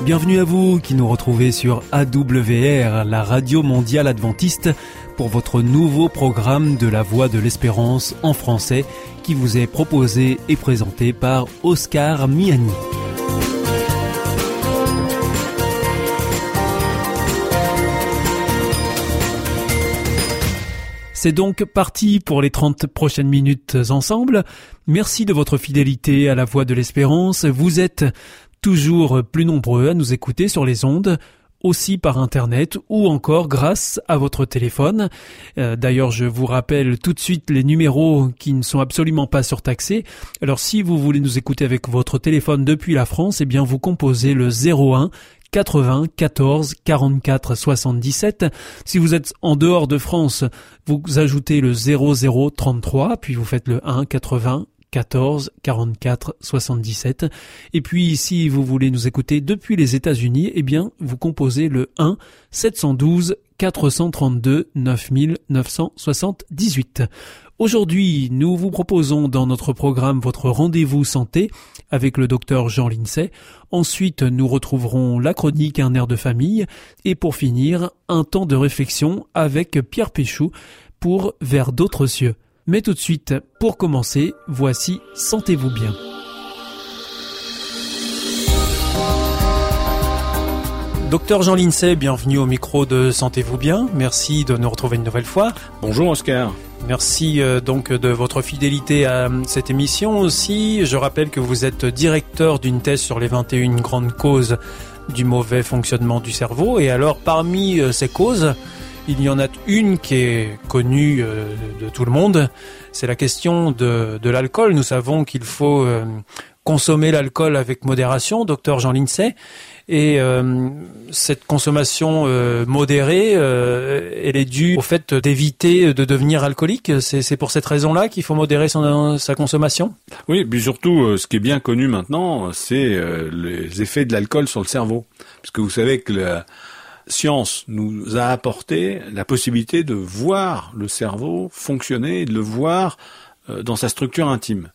Bienvenue à vous qui nous retrouvez sur AWR, la radio mondiale adventiste, pour votre nouveau programme de la Voix de l'Espérance en français qui vous est proposé et présenté par Oscar Miani. C'est donc parti pour les 30 prochaines minutes ensemble. Merci de votre fidélité à la Voix de l'Espérance. Vous êtes toujours plus nombreux à nous écouter sur les ondes, aussi par Internet ou encore grâce à votre téléphone. D'ailleurs, je vous rappelle tout de suite les numéros qui ne sont absolument pas surtaxés. Alors, si vous voulez nous écouter avec votre téléphone depuis la France, eh bien, vous composez le 01 80 14 44 77. Si vous êtes en dehors de France, vous ajoutez le 00 33, puis vous faites le 1 80 14 44 77. Et puis, si vous voulez nous écouter depuis les États-Unis, eh bien, vous composez le 1 712 432 9978. Aujourd'hui, nous vous proposons dans notre programme votre rendez-vous santé avec le docteur Jean Lindsay. Ensuite, nous retrouverons la chronique Un air de famille. Et pour finir, un temps de réflexion avec Pierre Péchou pour Vers d'autres cieux. Mais tout de suite, pour commencer, voici Sentez-vous bien. Docteur Jean Lindsay, bienvenue au micro de Sentez-vous bien. Merci de nous retrouver une nouvelle fois. Bonjour Oscar. Merci donc de votre fidélité à cette émission aussi. Je rappelle que vous êtes directeur d'une thèse sur les 21 grandes causes du mauvais fonctionnement du cerveau. Et alors, parmi ces causes, il y en a une qui est connue de tout le monde, c'est la question de l'alcool. Nous savons qu'il faut consommer l'alcool avec modération, docteur Jean Lindsay. Et cette consommation modérée, elle est due au fait d'éviter de devenir alcoolique. C'est pour cette raison-là qu'il faut modérer sa consommation ? Oui, et puis surtout, ce qui est bien connu maintenant, c'est les effets de l'alcool sur le cerveau. Parce que vous savez que la science nous a apporté la possibilité de voir le cerveau fonctionner et de le voir dans sa structure intime.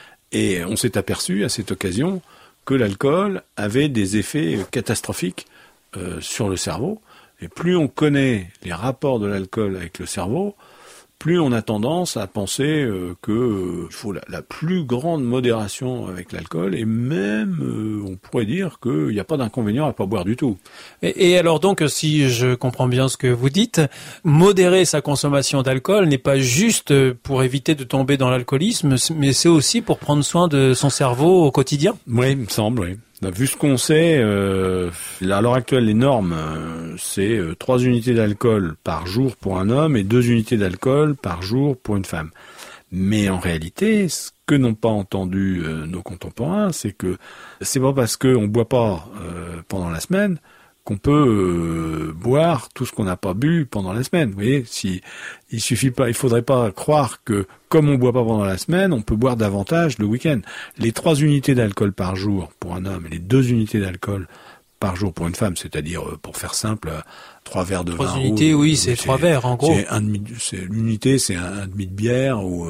Et on s'est aperçu à cette occasion que l'alcool avait des effets catastrophiques sur le cerveau. Et plus on connaît les rapports de l'alcool avec le cerveau, plus on a tendance à penser qu'il faut la plus grande modération avec l'alcool, et même on pourrait dire qu'il n'y a pas d'inconvénient à pas boire du tout. Et alors donc, si je comprends bien ce que vous dites, modérer sa consommation d'alcool n'est pas juste pour éviter de tomber dans l'alcoolisme, mais c'est aussi pour prendre soin de son cerveau au quotidien ? Oui, il me semble, oui. Vu ce qu'on sait, à l'heure actuelle, les normes, c'est 3 unités d'alcool par jour pour un homme et 2 unités d'alcool par jour pour une femme. Mais en réalité, ce que n'ont pas entendu nos contemporains, c'est que c'est pas parce qu'on boit pas pendant la semaine qu'on peut boire tout ce qu'on n'a pas bu pendant la semaine. Vous voyez, il faudrait pas croire que comme on boit pas pendant la semaine, on peut boire davantage le week-end. Les 3 unités d'alcool par jour pour un homme et les 2 unités d'alcool par jour pour une femme, c'est-à-dire, pour faire simple, 3 verres de vin rouge. 3 unités, oui, c'est 3 verres, en gros. L'unité, c'est un demi de bière ou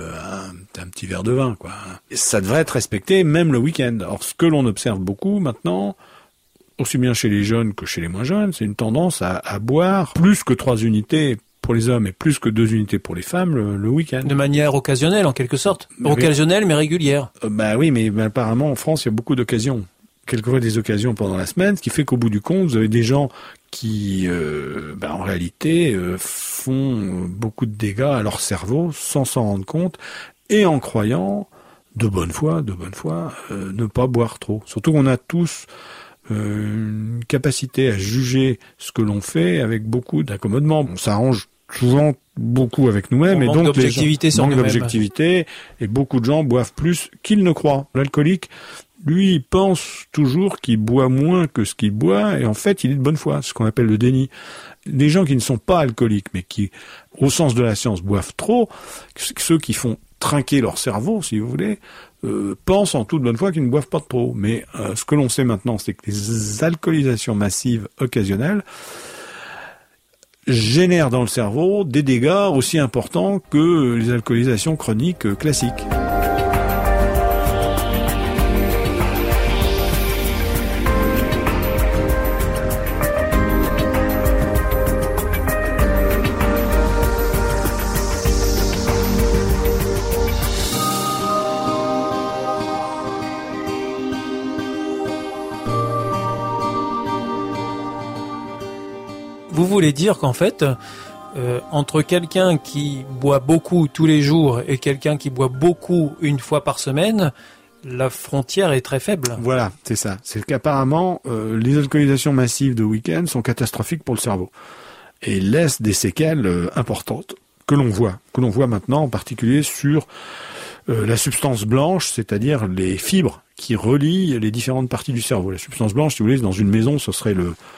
un petit verre de vin, quoi. Et ça devrait être respecté même le week-end. Or, ce que l'on observe beaucoup maintenant, aussi bien chez les jeunes que chez les moins jeunes, c'est une tendance à boire plus que 3 unités pour les hommes et plus que 2 unités pour les femmes le week-end. De manière occasionnelle, en quelque sorte. Occasionnelle, mais régulière. Oui, mais apparemment, en France, il y a beaucoup d'occasions. Quelquefois des occasions pendant la semaine, ce qui fait qu'au bout du compte, vous avez des gens qui, en réalité, font beaucoup de dégâts à leur cerveau sans s'en rendre compte et en croyant, de bonne foi, ne pas boire trop. Surtout qu'on a tous une capacité à juger ce que l'on fait avec beaucoup d'accommodement. On s'arrange souvent beaucoup avec nous-mêmes, et donc d'objectivité sur nous-mêmes. D'objectivité, et beaucoup de gens boivent plus qu'ils ne croient. L'alcoolique, lui, il pense toujours qu'il boit moins que ce qu'il boit, et en fait, il est de bonne foi, ce qu'on appelle le déni. Les gens qui ne sont pas alcooliques, mais qui, au sens de la science, boivent trop, ceux qui font trinquer leur cerveau, si vous voulez, pensent en toute bonne foi qu'ils ne boivent pas trop. Mais ce que l'on sait maintenant, c'est que les alcoolisations massives occasionnelles génèrent dans le cerveau des dégâts aussi importants que les alcoolisations chroniques classiques. voulez dire qu'en fait, entre quelqu'un qui boit beaucoup tous les jours et quelqu'un qui boit beaucoup une fois par semaine, la frontière est très faible. Voilà, c'est ça. C'est qu'apparemment, les alcoolisations massives de week-end sont catastrophiques pour le cerveau et laissent des séquelles importantes que l'on voit maintenant en particulier sur la substance blanche, c'est-à-dire les fibres qui relient les différentes parties du cerveau. La substance blanche, si vous voulez, dans une maison, ce serait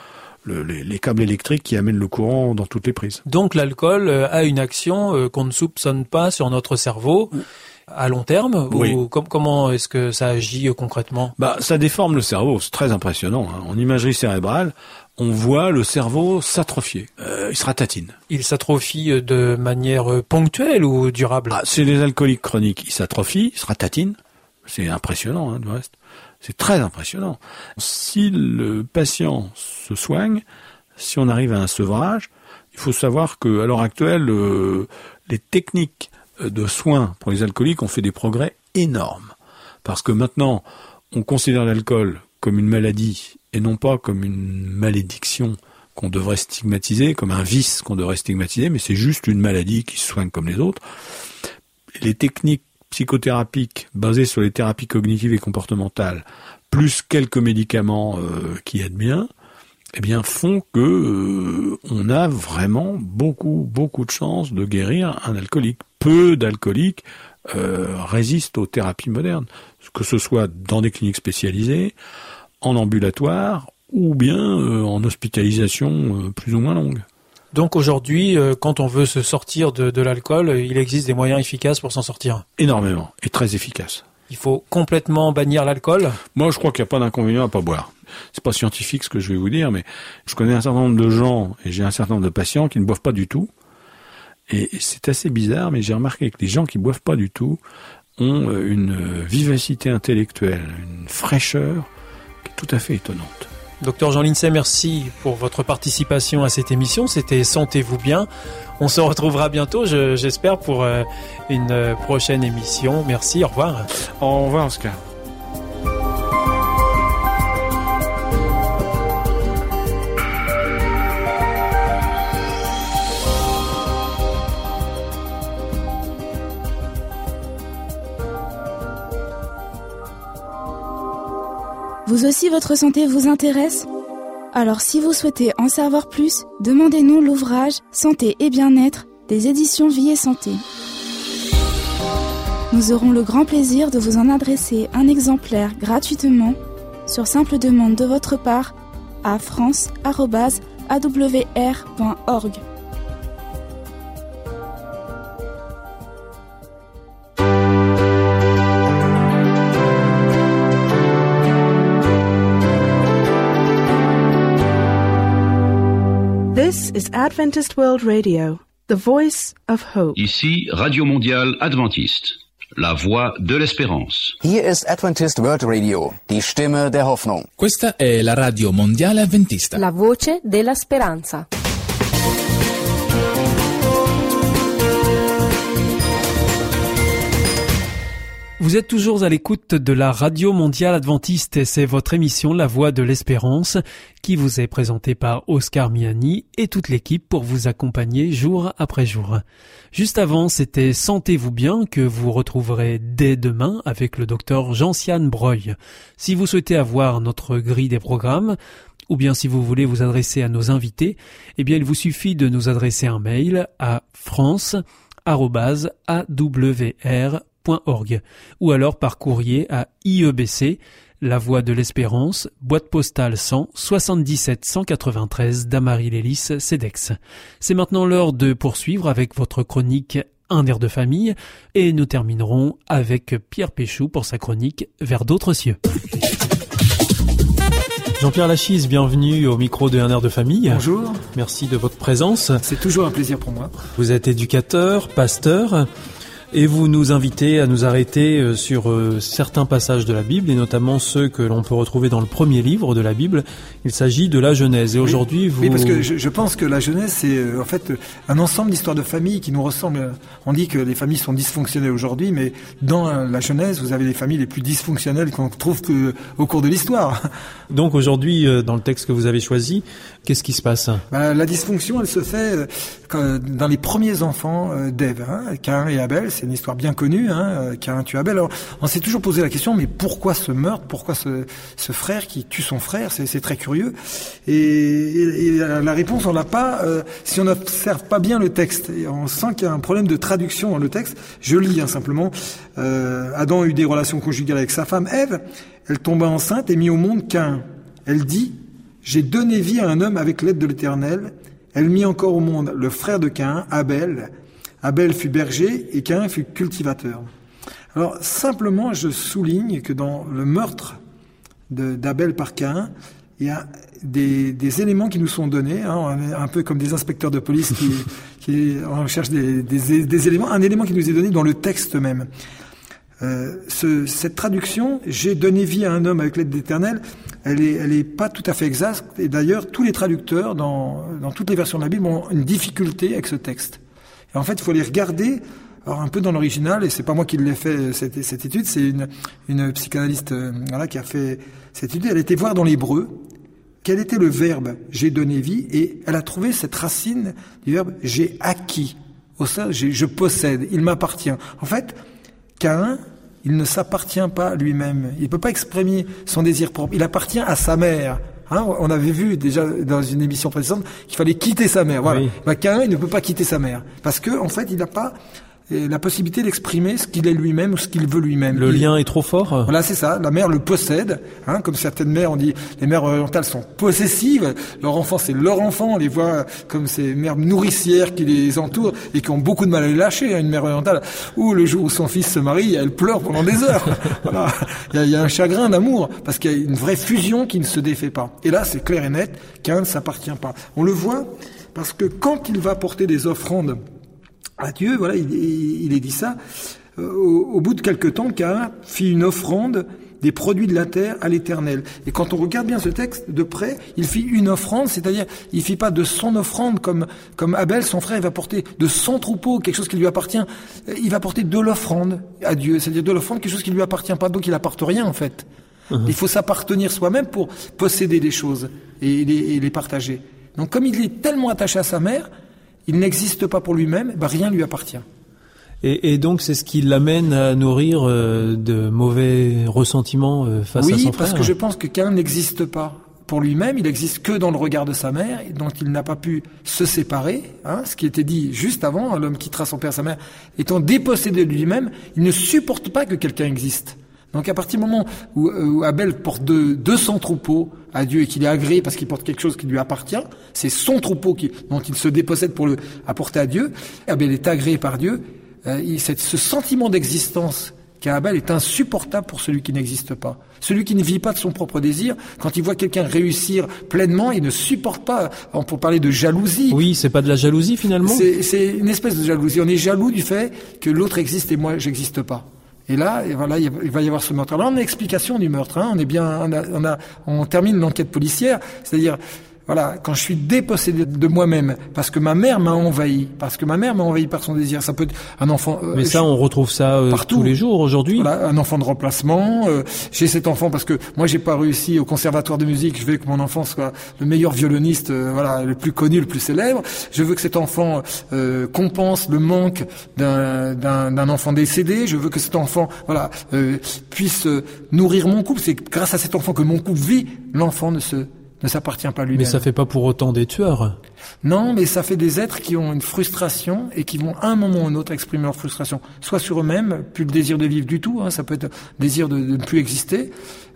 les câbles électriques qui amènent le courant dans toutes les prises. Donc l'alcool a une action qu'on ne soupçonne pas sur notre cerveau à long terme, oui. Ou comment est-ce que ça agit concrètement? Ça déforme le cerveau, c'est très impressionnant. En imagerie cérébrale, on voit le cerveau s'atrophier. Il se ratatine. Il s'atrophie de manière ponctuelle ou durable? Chez les alcooliques chroniques, il s'atrophie, il se ratatine. C'est impressionnant, du reste. C'est très impressionnant. Si le patient se soigne, si on arrive à un sevrage, il faut savoir que à l'heure actuelle, les techniques de soins pour les alcooliques ont fait des progrès énormes. Parce que maintenant, on considère l'alcool comme une maladie et non pas comme une malédiction qu'on devrait stigmatiser, comme un vice qu'on devrait stigmatiser, mais c'est juste une maladie qui se soigne comme les autres. Les techniques psychothérapiques basées sur les thérapies cognitives et comportementales, plus quelques médicaments qui aident bien, font que on a vraiment beaucoup de chances de guérir un alcoolique. Peu d'alcooliques résistent aux thérapies modernes, que ce soit dans des cliniques spécialisées, en ambulatoire ou bien en hospitalisation plus ou moins longue. Donc aujourd'hui, quand on veut se sortir de l'alcool, il existe des moyens efficaces pour s'en sortir? Énormément, et très efficaces. Il faut complètement bannir l'alcool? Moi, je crois qu'il n'y a pas d'inconvénient à pas boire. C'est pas scientifique ce que je vais vous dire, mais je connais un certain nombre de gens, et j'ai un certain nombre de patients qui ne boivent pas du tout. Et c'est assez bizarre, mais j'ai remarqué que les gens qui boivent pas du tout ont une vivacité intellectuelle, une fraîcheur qui est tout à fait étonnante. Docteur Jean Lincey, merci pour votre participation à cette émission. C'était Sentez-vous bien. On se retrouvera bientôt, j'espère, pour une prochaine émission. Merci, au revoir. Au revoir, Oscar. Vous aussi, votre santé vous intéresse? Alors si vous souhaitez en savoir plus, demandez-nous l'ouvrage Santé et bien-être des éditions Vie et Santé. Nous aurons le grand plaisir de vous en adresser un exemplaire gratuitement sur simple demande de votre part à france@awr.org. This is Adventist World Radio, the voice of hope. Ici, Radio Mondiale Adventiste, la voix de l'espérance. Hier ist Adventist World Radio, die Stimme der Hoffnung. Questa è la Radio Mondiale Adventista, la voce della speranza. Vous êtes toujours à l'écoute de la Radio Mondiale Adventiste et c'est votre émission La Voix de l'Espérance qui vous est présentée par Oscar Miani et toute l'équipe pour vous accompagner jour après jour. Juste avant, c'était Sentez-vous bien que vous retrouverez dès demain avec le docteur Jean-Sian Breuil. Si vous souhaitez avoir notre grille des programmes, ou bien si vous voulez vous adresser à nos invités, il vous suffit de nous adresser un mail à france@awr.org ou alors par courrier à IEBC, La Voix de l'Espérance, boîte postale 100 77 193 d'Amarie-Lélis, Cedex. C'est maintenant l'heure de poursuivre avec votre chronique Un air de famille et nous terminerons avec Pierre Péchou pour sa chronique Vers d'autres cieux. Jean-Pierre Lachise, bienvenue au micro de Un air de famille. Bonjour. Merci de votre présence. C'est toujours un plaisir pour moi. Vous êtes éducateur, pasteur. Et vous nous invitez à nous arrêter sur certains passages de la Bible, et notamment ceux que l'on peut retrouver dans le premier livre de la Bible. Il s'agit de la Genèse. Et aujourd'hui, vous... Oui, parce que je pense que la Genèse, c'est en fait un ensemble d'histoires de familles qui nous ressemblent. On dit que les familles sont dysfonctionnelles aujourd'hui, mais dans la Genèse, vous avez les familles les plus dysfonctionnelles qu'on trouve au cours de l'histoire. Donc aujourd'hui, dans le texte que vous avez choisi, qu'est-ce qui se passe ? La dysfonction, elle se fait dans les premiers enfants d'Ève, Caïn et Abel. C'est une histoire bien connue, Caïn tue Abel. Alors, on s'est toujours posé la question, mais pourquoi ce meurtre ? Pourquoi ce frère qui tue son frère ? C'est très curieux. Et la réponse, on l'a pas si on n'observe pas bien le texte. Et on sent qu'il y a un problème de traduction dans le texte. Je lis simplement. Adam a eu des relations conjugales avec sa femme Ève. Elle tomba enceinte et mit au monde Caïn. Elle dit « J'ai donné vie à un homme avec l'aide de l'Éternel. » Elle mit encore au monde le frère de Caïn, Abel. Abel fut berger et Caïn fut cultivateur. Alors, simplement, je souligne que dans le meurtre d'Abel par Caïn, il y a des éléments qui nous sont donnés, on est un peu comme des inspecteurs de police qui recherchent des éléments. Un élément qui nous est donné dans le texte même. Cette traduction, j'ai donné vie à un homme avec l'aide de l'Éternel, elle est pas tout à fait exacte. Et d'ailleurs, tous les traducteurs dans toutes les versions de la Bible ont une difficulté avec ce texte. Et en fait, il faut les regarder. Alors un peu dans l'original, et c'est pas moi qui l'ai fait cette étude, c'est une psychanalyste qui a fait cette étude. Elle était voir dans l'hébreu quel était le verbe j'ai donné vie, et elle a trouvé cette racine du verbe j'ai acquis. Au sein, je possède, il m'appartient. En fait, Caïn, il ne s'appartient pas lui-même. Il ne peut pas exprimer son désir propre. Il appartient à sa mère. On avait vu déjà dans une émission précédente qu'il fallait quitter sa mère. Voilà. Oui. Caïn, il ne peut pas quitter sa mère parce que en fait, il n'a pas la possibilité d'exprimer ce qu'il est lui-même ou ce qu'il veut lui-même. Le lien est trop fort. Voilà, c'est ça. La mère le possède, comme certaines mères, on dit, les mères orientales sont possessives. Leur enfant, c'est leur enfant. On les voit comme ces mères nourricières qui les entourent et qui ont beaucoup de mal à les lâcher. Une mère orientale, où le jour où son fils se marie, elle pleure pendant des heures. Voilà. Il y a un chagrin d'amour parce qu'il y a une vraie fusion qui ne se défait pas. Et là, c'est clair et net qu'un ne s'appartient pas. On le voit parce que quand il va porter des offrandes à Dieu, voilà, il est dit ça. Au bout de quelque temps, Caïn fit une offrande des produits de la terre à l'Éternel. Et quand on regarde bien ce texte de près, il fit une offrande, c'est-à-dire il fit pas de son offrande comme Abel, son frère, il va porter de son troupeau, quelque chose qui lui appartient. Il va porter de l'offrande à Dieu, c'est-à-dire de l'offrande, quelque chose qui lui appartient pas, donc il apporte rien en fait. Il faut s'appartenir soi-même pour posséder des choses et les partager. Donc comme il est tellement attaché à sa mère, il n'existe pas pour lui-même, rien lui appartient. Et donc c'est ce qui l'amène à nourrir de mauvais ressentiments face à son frère. Oui, parce que je pense que Caïn n'existe pas pour lui-même, il existe que dans le regard de sa mère, dont il n'a pas pu se séparer, ce qui était dit juste avant, l'homme quittera son père et sa mère, étant dépossédé de lui-même, il ne supporte pas que quelqu'un existe. Donc à partir du moment où Abel porte 200 troupeaux à Dieu et qu'il est agréé parce qu'il porte quelque chose qui lui appartient, c'est son troupeau dont il se dépossède pour le apporter à Dieu, Abel est agréé par Dieu, ce sentiment d'existence qu'a Abel est insupportable pour celui qui n'existe pas. Celui qui ne vit pas de son propre désir, quand il voit quelqu'un réussir pleinement, il ne supporte pas, pour parler de jalousie. Oui, c'est pas de la jalousie finalement ? C'est une espèce de jalousie. On est jaloux du fait que l'autre existe et moi j'existe pas. Et là, voilà, il va y avoir ce meurtre. Alors, on a l'explication du meurtre, On est bien, on termine l'enquête policière. C'est-à-dire, voilà, quand je suis dépossédé de moi-même, parce que ma mère m'a envahi par son désir. Ça peut être un enfant. Mais ça, on retrouve ça tous les jours aujourd'hui. Voilà, un enfant de remplacement. J'ai cet enfant parce que moi, j'ai pas réussi au conservatoire de musique. Je veux que mon enfant soit le meilleur violoniste, le plus connu, le plus célèbre. Je veux que cet enfant compense le manque d'un enfant décédé. Je veux que cet enfant, puisse nourrir mon couple. C'est grâce à cet enfant que mon couple vit. L'enfant ne s'appartient pas lui-même. Mais ça fait pas pour autant des tueurs. Non, mais ça fait des êtres qui ont une frustration et qui vont à un moment ou un autre exprimer leur frustration, soit sur eux-mêmes, plus le désir de vivre du tout, ça peut être désir de ne plus exister,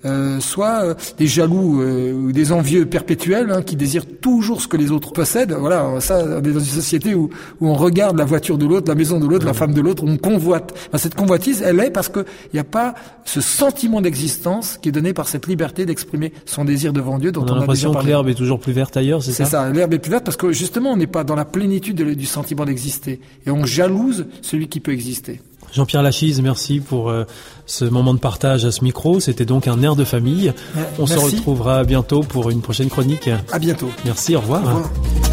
soit des jaloux ou des envieux perpétuels qui désirent toujours ce que les autres possèdent. Voilà, ça, on est dans une société où on regarde la voiture de l'autre, la maison de l'autre, la femme de l'autre, on convoite. Cette convoitise, elle est parce que il n'y a pas ce sentiment d'existence qui est donné par cette liberté d'exprimer son désir devant Dieu dont on a l'impression que l'herbe est toujours plus verte ailleurs, c'est ça ? C'est ça, l'herbe est plus verte parce que justement on n'est pas dans la plénitude du sentiment d'exister et on jalouse celui qui peut exister. Jean-Pierre Lachise, merci pour ce moment de partage à ce micro. C'était donc un air de famille. On se retrouvera bientôt pour une prochaine chronique. À bientôt. Merci, au revoir. Au revoir.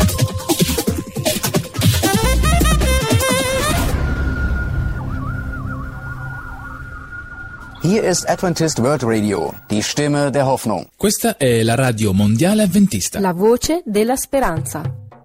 Hier ist Adventist World Radio, die Stimme der Hoffnung. Questa è la Radio Mondiale Adventista. La voce della speranza.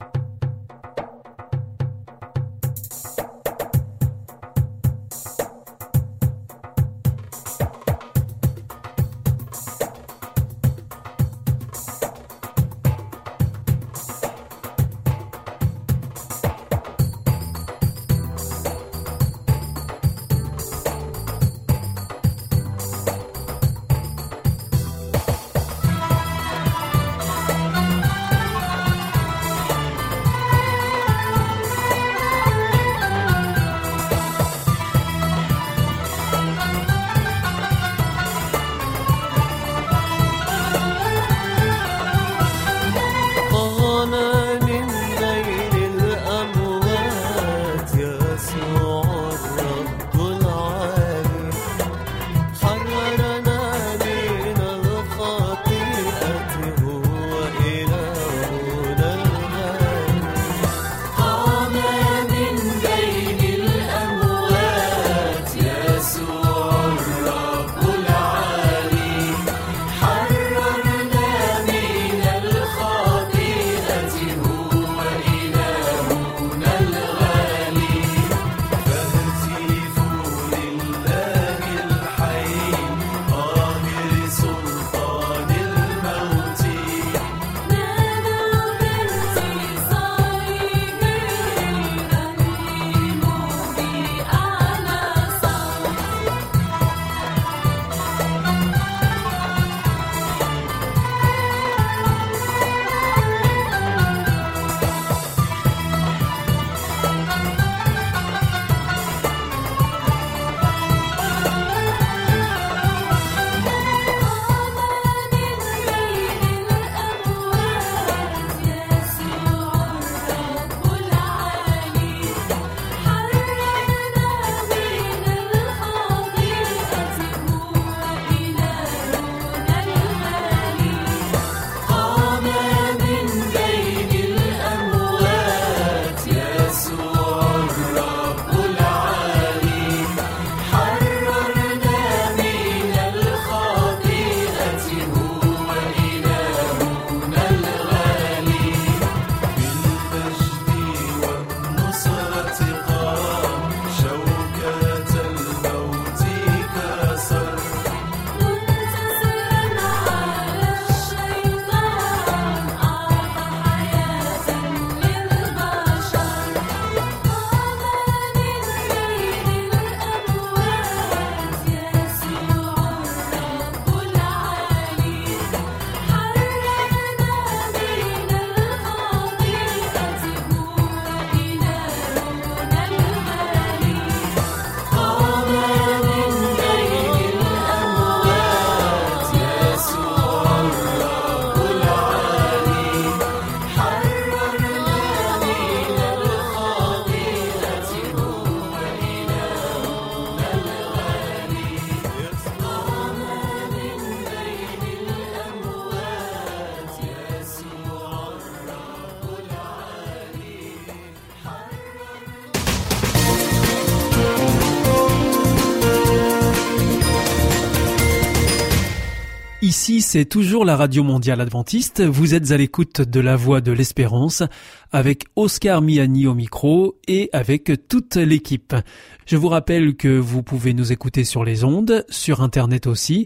Ici, c'est toujours la Radio Mondiale Adventiste. Vous êtes à l'écoute de la Voix de l'Espérance avec Oscar Miani au micro et avec toute l'équipe. Je vous rappelle que vous pouvez nous écouter sur les ondes, sur Internet aussi,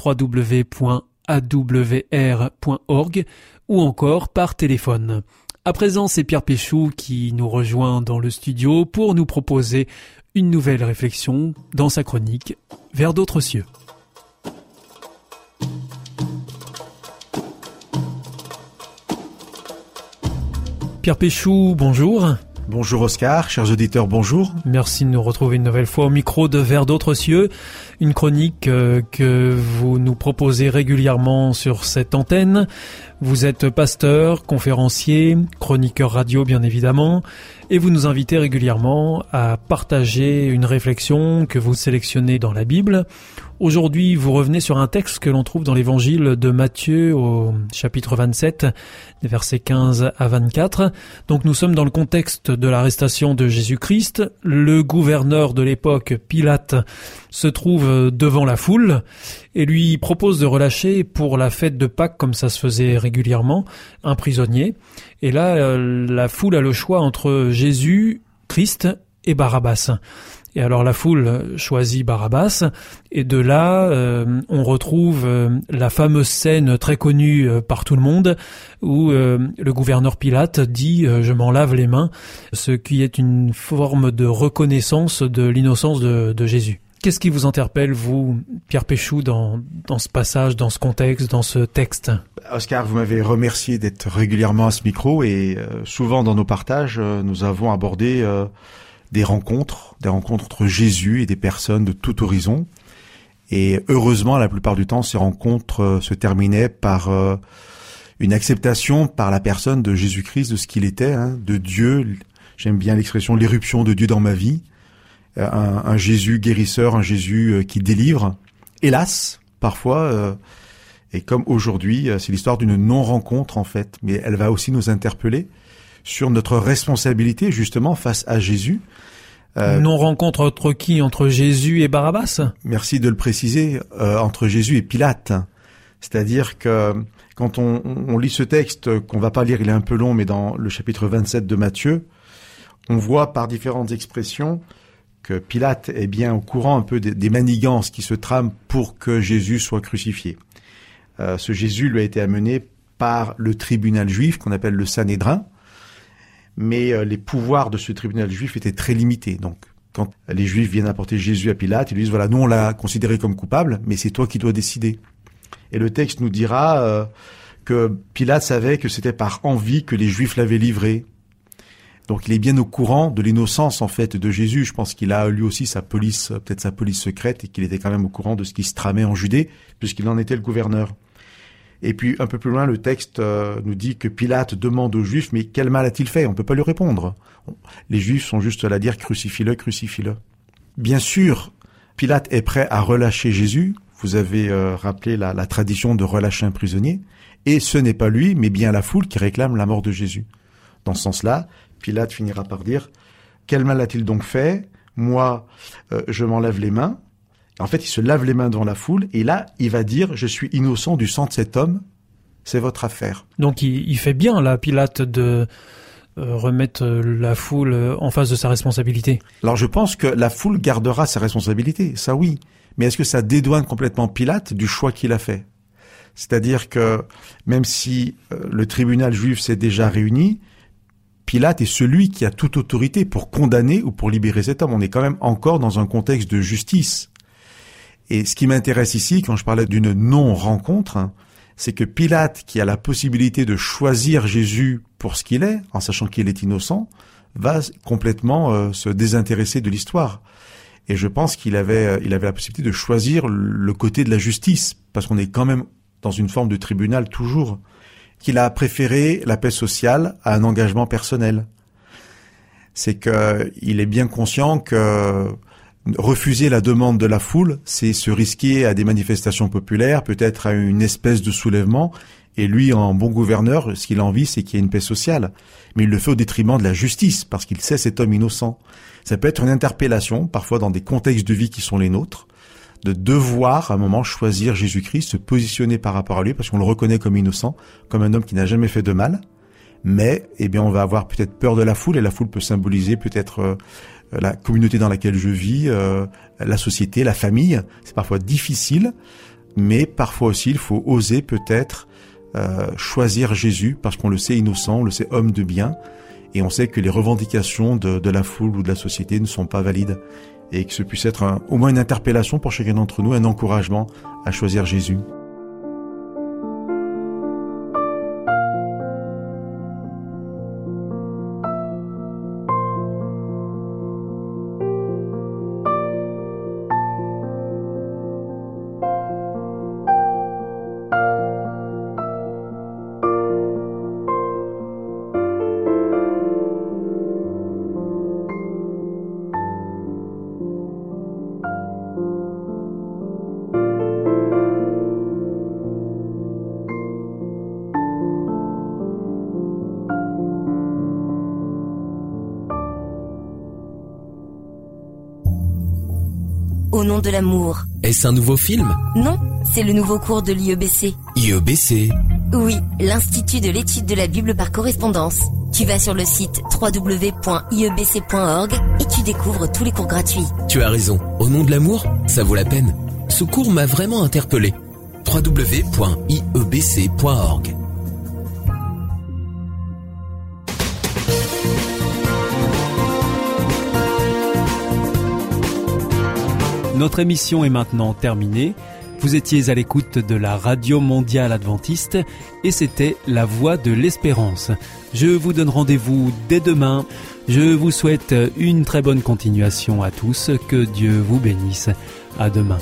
www.awr.org ou encore par téléphone. À présent, c'est Pierre Péchou qui nous rejoint dans le studio pour nous proposer une nouvelle réflexion dans sa chronique « Vers d'autres cieux ». Pierre Péchou, bonjour. Bonjour Oscar, chers auditeurs, bonjour. Merci de nous retrouver une nouvelle fois au micro de Vers d'autres cieux, une chronique que vous nous proposez régulièrement sur cette antenne. Vous êtes pasteur, conférencier, chroniqueur radio bien évidemment, et vous nous invitez régulièrement à partager une réflexion que vous sélectionnez dans la Bible. Aujourd'hui, vous revenez sur un texte que l'on trouve dans l'évangile de Matthieu au chapitre 27, des versets 15 à 24. Donc nous sommes dans le contexte de l'arrestation de Jésus-Christ. Le gouverneur de l'époque, Pilate, se trouve devant la foule et lui propose de relâcher pour la fête de Pâques, comme ça se faisait régulièrement, un prisonnier. Et là, la foule a le choix entre Jésus, Christ et Barabbas. Et alors la foule choisit Barabbas, et de là on retrouve la fameuse scène très connue par tout le monde où le gouverneur Pilate dit je m'en lave les mains, ce qui est une forme de reconnaissance de l'innocence de Jésus. Qu'est-ce qui vous interpelle, vous, Pierre Péchou, dans ce passage, dans ce contexte, dans ce texte? Oscar, vous m'avez remercié d'être régulièrement à ce micro, et souvent dans nos partages, nous avons abordé des rencontres entre Jésus et des personnes de tout horizon. Et heureusement, la plupart du temps, ces rencontres se terminaient par une acceptation par la personne de Jésus-Christ de ce qu'il était, de Dieu. J'aime bien l'expression l'éruption de Dieu dans ma vie. Un Jésus guérisseur, un Jésus qui délivre. Hélas, parfois, et comme aujourd'hui, c'est l'histoire d'une non-rencontre en fait, mais elle va aussi nous interpeller sur notre responsabilité justement face à Jésus. Non-rencontre entre qui? Entre Jésus et Barabbas? Merci de le préciser, entre Jésus et Pilate. C'est-à-dire que quand on lit ce texte, qu'on va pas lire, il est un peu long, mais dans le chapitre 27 de Matthieu, on voit par différentes expressions que Pilate est bien au courant un peu des manigances qui se trament pour que Jésus soit crucifié. Ce Jésus lui a été amené par le tribunal juif qu'on appelle le Sanhédrin, mais les pouvoirs de ce tribunal juif étaient très limités. Donc, quand les Juifs viennent apporter Jésus à Pilate, ils lui disent, voilà, nous on l'a considéré comme coupable, mais c'est toi qui dois décider. Et le texte nous dira que Pilate savait que c'était par envie que les Juifs l'avaient livré. Donc il est bien au courant de l'innocence en fait de Jésus. Je pense qu'il a lui aussi sa police, peut-être sa police secrète, et qu'il était quand même au courant de ce qui se tramait en Judée, puisqu'il en était le gouverneur. Et puis, un peu plus loin, le texte nous dit que Pilate demande aux Juifs, mais quel mal a-t-il fait? On ne peut pas lui répondre. Les Juifs sont juste là à dire, crucifie-le, crucifie-le. Bien sûr, Pilate est prêt à relâcher Jésus. Vous avez rappelé la tradition de relâcher un prisonnier. Et ce n'est pas lui, mais bien la foule qui réclame la mort de Jésus. Dans ce sens-là, Pilate finira par dire, quel mal a-t-il donc fait? Moi, je m'en lave les mains. En fait, il se lave les mains devant la foule, et là, il va dire, je suis innocent du sang de cet homme, c'est votre affaire. Donc il fait bien, là, Pilate, de remettre la foule en face de sa responsabilité. Alors je pense que la foule gardera sa responsabilité, ça oui. Mais est-ce que ça dédouane complètement Pilate du choix qu'il a fait? C'est-à-dire que même si le tribunal juif s'est déjà réuni, Pilate est celui qui a toute autorité pour condamner ou pour libérer cet homme. On est quand même encore dans un contexte de justice. Et ce qui m'intéresse ici, quand je parlais d'une non-rencontre, c'est que Pilate, qui a la possibilité de choisir Jésus pour ce qu'il est, en sachant qu'il est innocent, va complètement se désintéresser de l'histoire. Et je pense qu'il avait la possibilité de choisir le côté de la justice, parce qu'on est quand même dans une forme de tribunal toujours, qu'il a préféré la paix sociale à un engagement personnel. C'est qu'il est bien conscient que refuser la demande de la foule, c'est se risquer à des manifestations populaires, peut-être à une espèce de soulèvement. Et lui, en bon gouverneur, ce qu'il a envie, c'est qu'il y ait une paix sociale. Mais il le fait au détriment de la justice, parce qu'il sait cet homme innocent. Ça peut être une interpellation, parfois dans des contextes de vie qui sont les nôtres, de devoir, à un moment, choisir Jésus-Christ, se positionner par rapport à lui, parce qu'on le reconnaît comme innocent, comme un homme qui n'a jamais fait de mal. Mais, eh bien, on va avoir peut-être peur de la foule, et la foule peut symboliser peut-être la communauté dans laquelle je vis, la société, la famille. C'est parfois difficile, mais parfois aussi il faut oser peut-être choisir Jésus, parce qu'on le sait innocent, on le sait homme de bien, et on sait que les revendications de la foule ou de la société ne sont pas valides, et que ce puisse être au moins une interpellation pour chacun d'entre nous, un encouragement à choisir Jésus. Au nom de l'amour. Est-ce un nouveau film? Non, c'est le nouveau cours de l'IEBC. IEBC? Oui, l'Institut de l'étude de la Bible par correspondance. Tu vas sur le site www.iebc.org et tu découvres tous les cours gratuits. Tu as raison, au nom de l'amour, ça vaut la peine. Ce cours m'a vraiment interpellé. www.iebc.org. Notre émission est maintenant terminée. Vous étiez à l'écoute de la Radio Mondiale Adventiste et c'était La Voix de l'Espérance. Je vous donne rendez-vous dès demain. Je vous souhaite une très bonne continuation à tous. Que Dieu vous bénisse. À demain.